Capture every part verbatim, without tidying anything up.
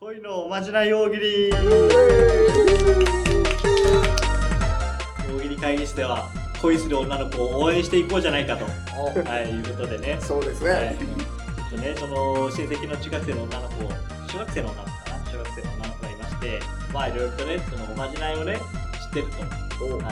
恋のおまじない大喜利。大喜利会議室では恋する女の子を応援していこうじゃないかと、はい、いうことでね。 そうですね、 はい、ちょっとね、その親戚の中学生の女の子、中学生の女の子かな、中学生の女の子がいまして、まあいろいろとね、そのおまじないをね、知ってると。はい、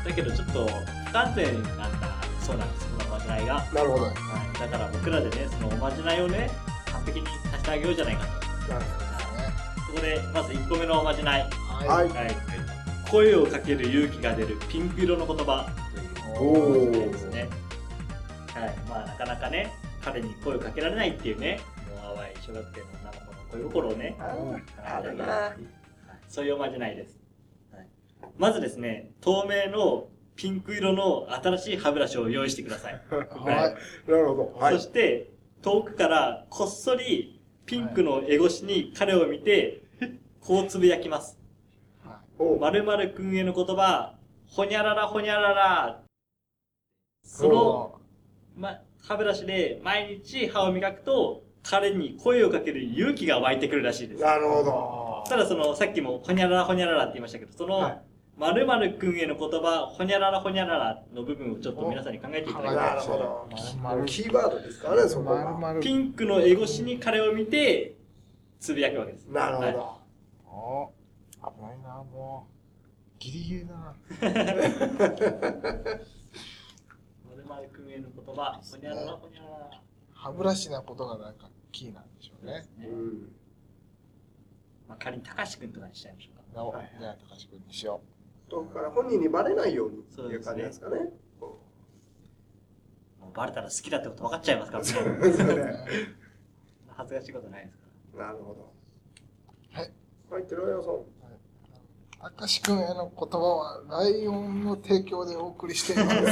だけどちょっと不完全なんだそうなんです、そのおまじないが。 なるほど、はい、 だから僕らでね、そのおまじないをね、完璧にさせてあげようじゃないかと。なるほどですね。そこでまずいっこめのおまじない、はいはいはい、声をかける勇気が出るピンク色の言葉というおまじないですね。はい、まあなかなかね、彼に声をかけられないっていうね、もう淡い小学生の女の子の恋心をね、あるな、そういうおまじないです。はい、まずですね、透明のピンク色の新しい歯ブラシを用意してください。はい、 なるほど。はい、 そして遠くからこっそりピンクの絵越しに彼を見て、こうつぶやきます。〇〇くんへの言葉、ほにゃららほにゃらら。その、ま、歯ブラシで毎日歯を磨くと、彼に声をかける勇気が湧いてくるらしいです。 なるほど。 ただその、さっきもほにゃららほにゃららって言いましたけど、その、はい、〇〇くんへの言葉、ほにゃららほにゃららの部分をちょっと皆さんに考えていただきたい。 なるほど。キーワードですからね、そこが。 ピンクの絵越しに彼を見て、つぶやくわけです。 なるほど。はい、 お危ないな、もう。ギリギリだな。 〇〇くんへの言葉、ほにゃららほにゃらら。 歯ブラシなことがなんかキーなんでしょうね。 うん。まあ、仮にたかしくんとかにしちゃいましょうか。 はい、じゃあたかしくんにしよう。 遠くから本人にバレないようにっていう感じですかね。 もうバレたら好きだってこと分かっちゃいますからね。恥ずかしいことないですから。 なるほど。 はい。 はい、寺山さん。 たかしくんへの言葉はライオンの提供でお送りしています。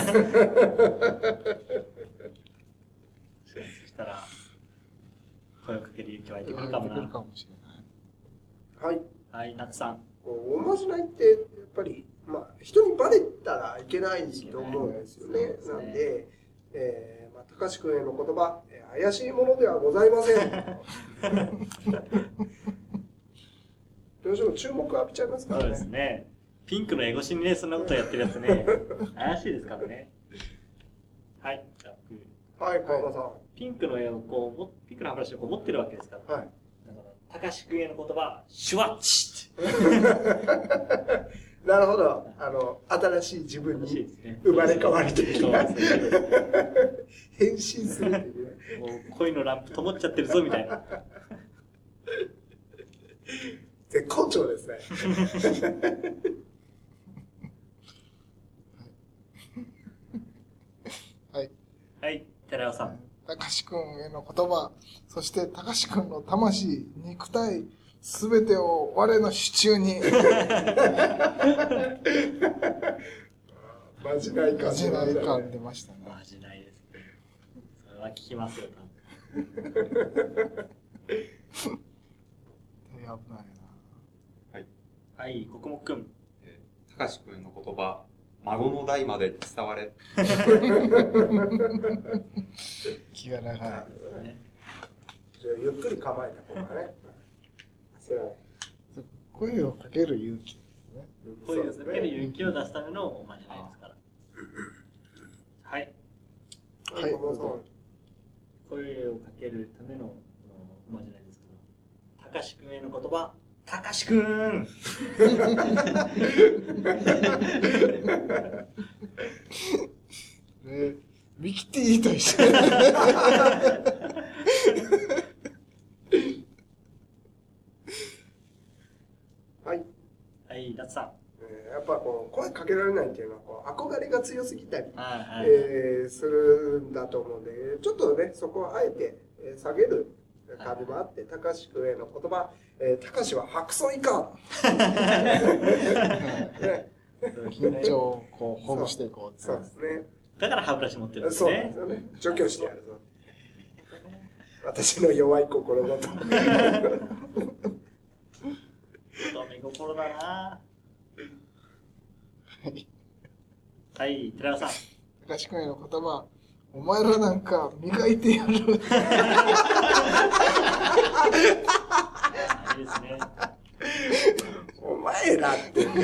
そしたら声をかける勇気湧いてくるかもな。 湧いてくるかもしれない。 はい。 はい、夏さん。 おまじないってやっぱり、まあ、人にバレたらいけないと思うんですよね。ねなんで、えーまあ、たかしくんへの言葉、怪しいものではございません。どうしても注目浴びちゃいますからね。 そうですね。ピンクの絵越しにね、そんなことやってるやつね、怪しいですからね。はい、じゃあ、はい、川田さん。 ピンクの絵をこう、ピンクの歯ブラシをこう持ってるわけですから。はい。だから、たかしくんへの言葉、シュワッチって。 なるほど。あの、新しい自分に生まれ変わりというか、変身するっていうね。 もう恋のランプ灯っちゃってるぞみたいな。 絶好調ですね。 はい。 はい、寺尾さん。 たかしくんへの言葉、そしてたかしくんの魂、肉体、すべてを我の手中に。 まじない感。 まじない感出ましたね。 まじないですね。それは聞きますよ、 多分。危ないな。 はい。はい、国木くん。 たかしくんの言葉、孫の代まで伝われ。 気が長い。 じゃあゆっくり構えた方がね。 声をかける勇気ですね。 声をかける勇気を出すためのおまじないですから。はい。 はい。 声をかけるためのおまじないですけど、たかしくんへの言葉、たかしくん。 ね、ミキティと一緒。 はい。 はい、ダツさん。 えー、やっぱこう声かけられないっていうのはこう憧れが強すぎたり、 はいはい、 えー、するんだと思うんで、ちょっとねそこをあえて下げる感じもあって、たかしくんへの言葉、えー、たかしは白素以下。 ね、緊張をこうほぐしていこう。 そうですね。 だから歯ブラシ持ってるんですね。 そうですよね。除去してやるぞ。私の弱い心ごと。 見心だな。はい、寺尾さん。 たかしくんへの言葉、お前らなんか磨いてやる。 何ですね。 お前らって言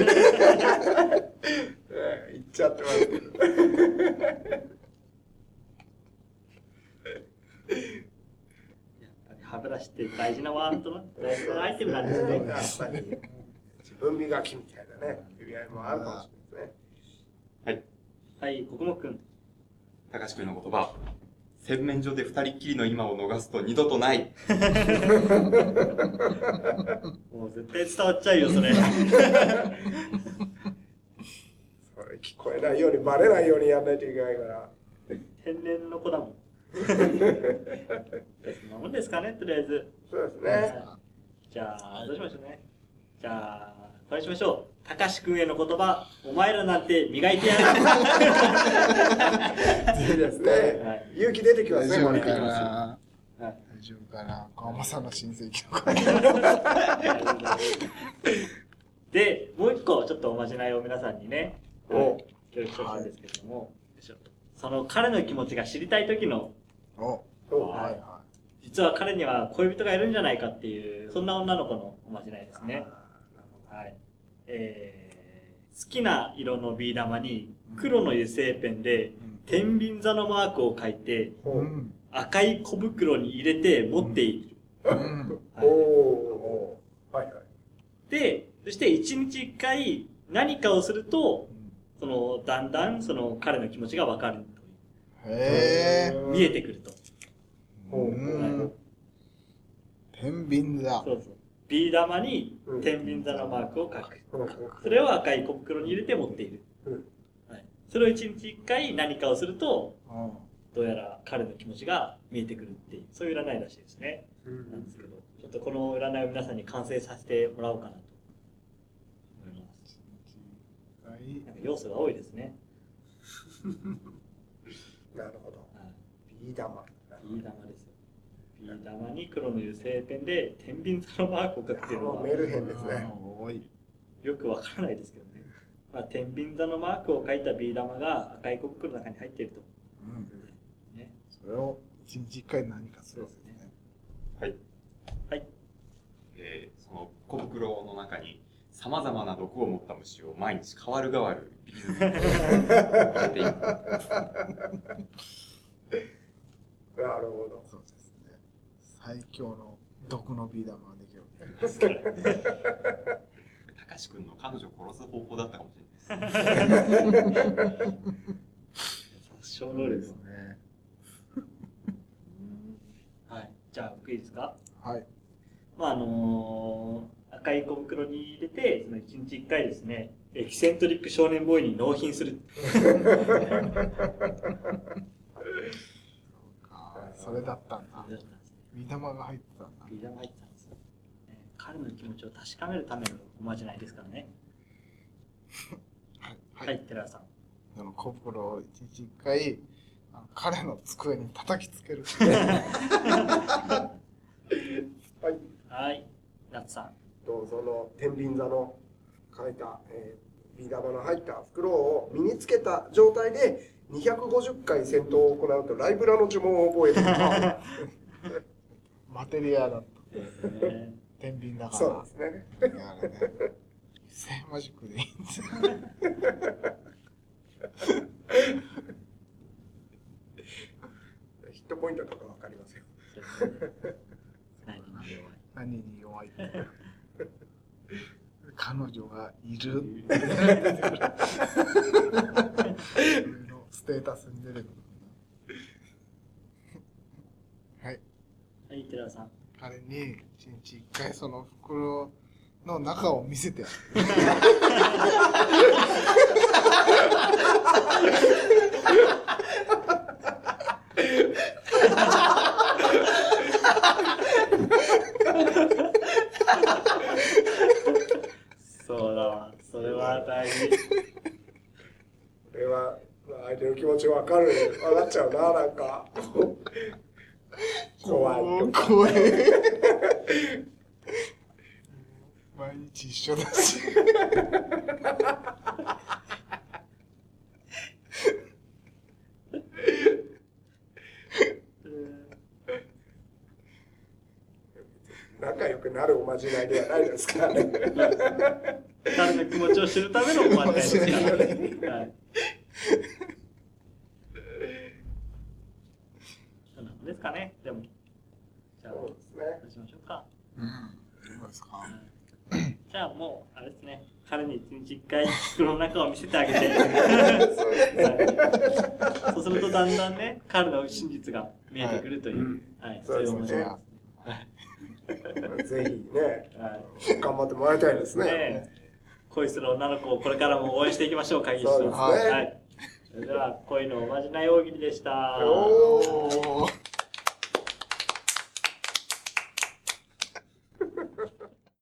っちゃってますけど。 歯ブラシって大事なワードの大事なアイテムなんですね。 やっぱり自分磨きみたいなね、意味合いもあるかもしれないですね。 はい。 はい、国木くん。 たかしくんの言葉。洗面所で二人っきりの今を逃すと二度とない。 もう絶対伝わっちゃうよ、それ。 それ聞こえないように、バレないようにやんないといけないから。 天然の子だもん。そんなもんですかね、とりあえず。 そうですね。 じゃあ、どうしましょうね。じゃあ、これしましょう。たかしくんへの言葉、お前らなんて磨いてやる。 いいですね。はい、勇気出てきますね、 大丈夫かこれ。 な。 はい、 大丈夫かな。小浜さんの親戚の子。 で、もう一個、ちょっとおまじないを皆さんにね、 お教育してほしいんですけれども、はい、その彼の気持ちが知りたい時の、 おはいはい、実は彼には恋人がいるんじゃないかっていう、そんな女の子のおまじないですね。はい、えー、好きな色のビー玉に黒の油性ペンで天秤座のマークを書いて、うん、赤い小袋に入れて持っている。で、そして一日一回何かをすると、そのだんだんその彼の気持ちが分かるという。 へー、 見えてくると。 天秤座。 そうそう。ビー玉に天秤座のマークを書く。それを赤い小袋に入れて持っている。はい、それを一日一回何かをすると、どうやら彼の気持ちが見えてくるっていう、そういう占いらしいですね。なんですけど、ちょっとこの占いを皆さんに完成させてもらおうかなと思います。なんか要素が多いですね。 なるほど。ビー玉。 ビー玉ですよ。ビー玉に黒の油性ペンで天秤座のマークを書くっていうのはメルヘンですね。 よくわからないですけどね。まあ、天秤座のマークを書いたビー玉が赤い小袋の中に入っていると。うんね、それを一日一回何かするんですね。 はい。 はい。 えー、その小袋の中にさまざまな毒を持った虫を毎日変わる変わるビーズに入れていく。 なるほど。 そうですね。最強の毒のビー玉ができる。 たかしくんの彼女を殺す方法だったかもしれないです。 殺傷能力ですね。はい。じゃあ僕いいですか。 はい。 まああのー、赤い小袋に入れてその一日一回ですね、エキセントリック少年ボーイに納品する。 それだったんだ。ビー玉が入ってたんだ。 ビー玉入ってたんですよ。彼の気持ちを確かめるためのおまじないですからね。はい、はい、寺田さん。 その小袋を一日一回彼の机に叩きつける。 はい。 はい。夏さん。 とその天秤座の書いた、えー、ビー玉の入った袋を身につけた状態でにひゃくごじゅっかい戦闘を行うとライブラの呪文を覚えてる。 マテリアだった。天秤だから。 そうですね。 いやあれね。聖マジックでいいんですよ。 ヒットポイントとかわかりますよ。 何に弱い。 何に弱いって。彼女がいる。ステータスに出てくる。はい。 はい、寺田さん。 彼に一日一回その袋の中を見せてやる。 そうだわ。それは大事。 これは相手の気持ち分かる、分かっちゃうな、なんか。怖い。 怖い。毎日一緒だし。 仲良くなるおままじないではないですからね。 彼の気持ちを知るためのおまじないですから。はい。そんなもんですかね。でも、じゃあ、 そうですね。 どうしましょうか。 うん。どうですか。 じゃあもう、あれですね。彼に一日一回袋の中を見せてあげて、はい、そうするとだんだんね、彼の真実が見えてくるという、はい、はい、そういう面白いです。 ぜひね、はい、頑張ってもらいたいですね。 ね、恋する女の子をこれからも応援していきましょう、会議室そうですね。 はい。それでは恋のおまじない大喜利でした。 おー。